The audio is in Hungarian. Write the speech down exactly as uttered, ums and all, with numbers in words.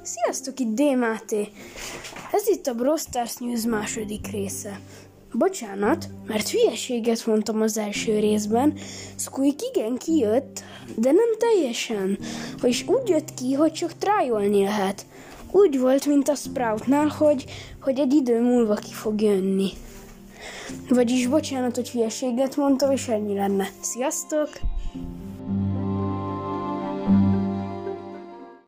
Sziasztok, itt D. Máté. Ez itt a Brawl Stars News második része. Bocsánat, mert hülyeséget mondtam az első részben. Squeak igen kijött, de nem teljesen. Vagyis úgy jött ki, hogy csak tryolni lehet. Úgy volt, mint a Sproutnál, hogy, hogy egy idő múlva ki fog jönni. Vagyis bocsánat, hogy hülyeséget mondtam, és ennyi lenne. Sziasztok!